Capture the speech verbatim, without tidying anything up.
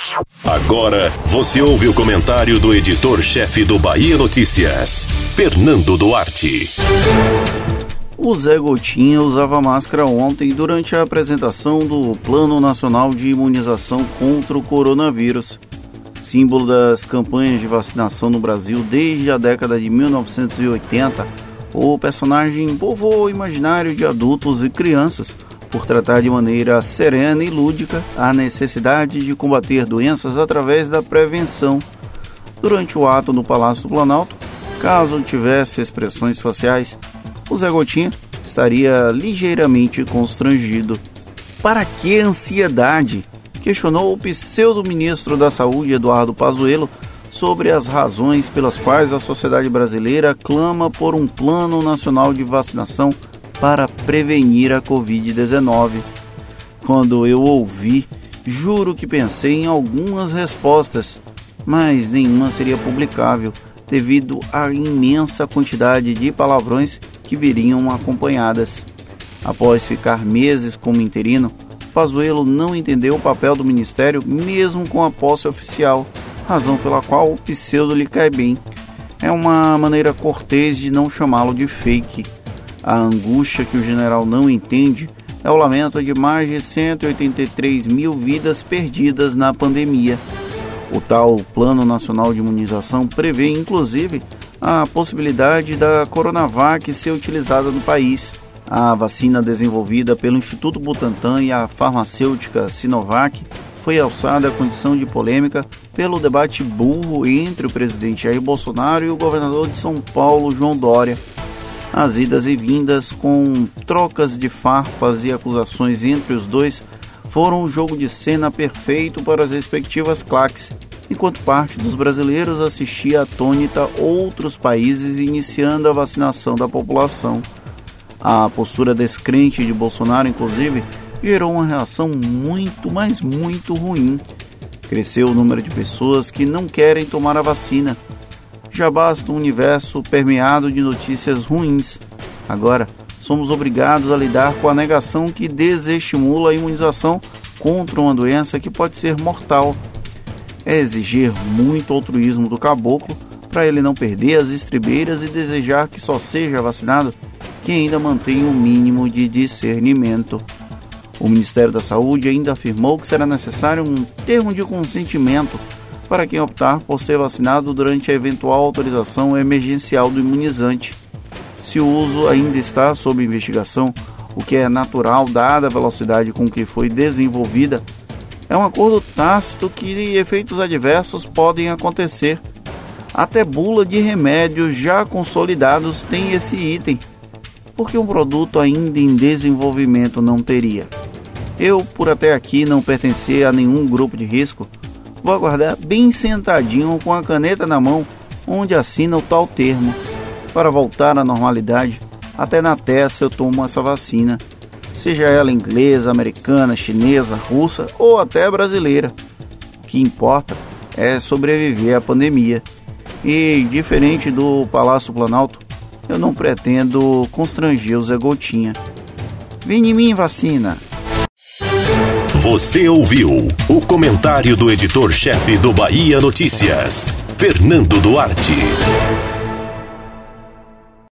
Agora você ouve o comentário do editor-chefe do Bahia Notícias, Fernando Duarte. O Zé Gotinha usava máscara ontem durante a apresentação do Plano Nacional de Imunização contra o Coronavírus. Símbolo das campanhas de vacinação no Brasil desde a década de mil novecentos e oitenta, o personagem povoou o imaginário de adultos e crianças por tratar de maneira serena e lúdica a necessidade de combater doenças através da prevenção. Durante o ato no Palácio do Planalto, caso tivesse expressões faciais, o Zé Gotinha estaria ligeiramente constrangido. Para que ansiedade? Questionou o pseudo-ministro da Saúde, Eduardo Pazuello, sobre as razões pelas quais a sociedade brasileira clama por um plano nacional de vacinação para prevenir a covid dezenove. Quando eu ouvi, juro que pensei em algumas respostas, mas nenhuma seria publicável, devido à imensa quantidade de palavrões que viriam acompanhadas. Após ficar meses como interino, Pazuello não entendeu o papel do ministério mesmo com a posse oficial, razão pela qual o pseudo lhe cai bem. É uma maneira cortês de não chamá-lo de fake. A angústia que o general não entende é o lamento de mais de cento e oitenta e três mil vidas perdidas na pandemia. O tal Plano Nacional de Imunização prevê, inclusive, a possibilidade da Coronavac ser utilizada no país. A vacina desenvolvida pelo Instituto Butantan e a farmacêutica Sinovac foi alçada à condição de polêmica pelo debate burro entre o presidente Jair Bolsonaro e o governador de São Paulo, João Dória. As idas e vindas com trocas de farpas e acusações entre os dois foram um jogo de cena perfeito para as respectivas claques, enquanto parte dos brasileiros assistia atônita outros países iniciando a vacinação da população. A postura descrente de Bolsonaro, inclusive, gerou uma reação muito, mas muito ruim. Cresceu o número de pessoas que não querem tomar a vacina. Já basta um universo permeado de notícias ruins. Agora, somos obrigados a lidar com a negação que desestimula a imunização contra uma doença que pode ser mortal. É exigir muito altruísmo do caboclo para ele não perder as estribeiras e desejar que só seja vacinado quem ainda mantém um mínimo de discernimento. O Ministério da Saúde ainda afirmou que será necessário um termo de consentimento para quem optar por ser vacinado durante a eventual autorização emergencial do imunizante. Se o uso ainda está sob investigação, o que é natural dada a velocidade com que foi desenvolvida, é um acordo tácito que efeitos adversos podem acontecer. Até bula de remédios já consolidados tem esse item, porque um produto ainda em desenvolvimento não teria. Eu, por até aqui não pertencer a nenhum grupo de risco, vou aguardar bem sentadinho com a caneta na mão, onde assina o tal termo. Para voltar à normalidade, até na testa eu tomo essa vacina, seja ela inglesa, americana, chinesa, russa ou até brasileira. O que importa é sobreviver à pandemia. E, diferente do Palácio Planalto, eu não pretendo constranger o Zé Gotinha. Vem em mim, vacina! Você ouviu o comentário do editor-chefe do Bahia Notícias, Fernando Duarte.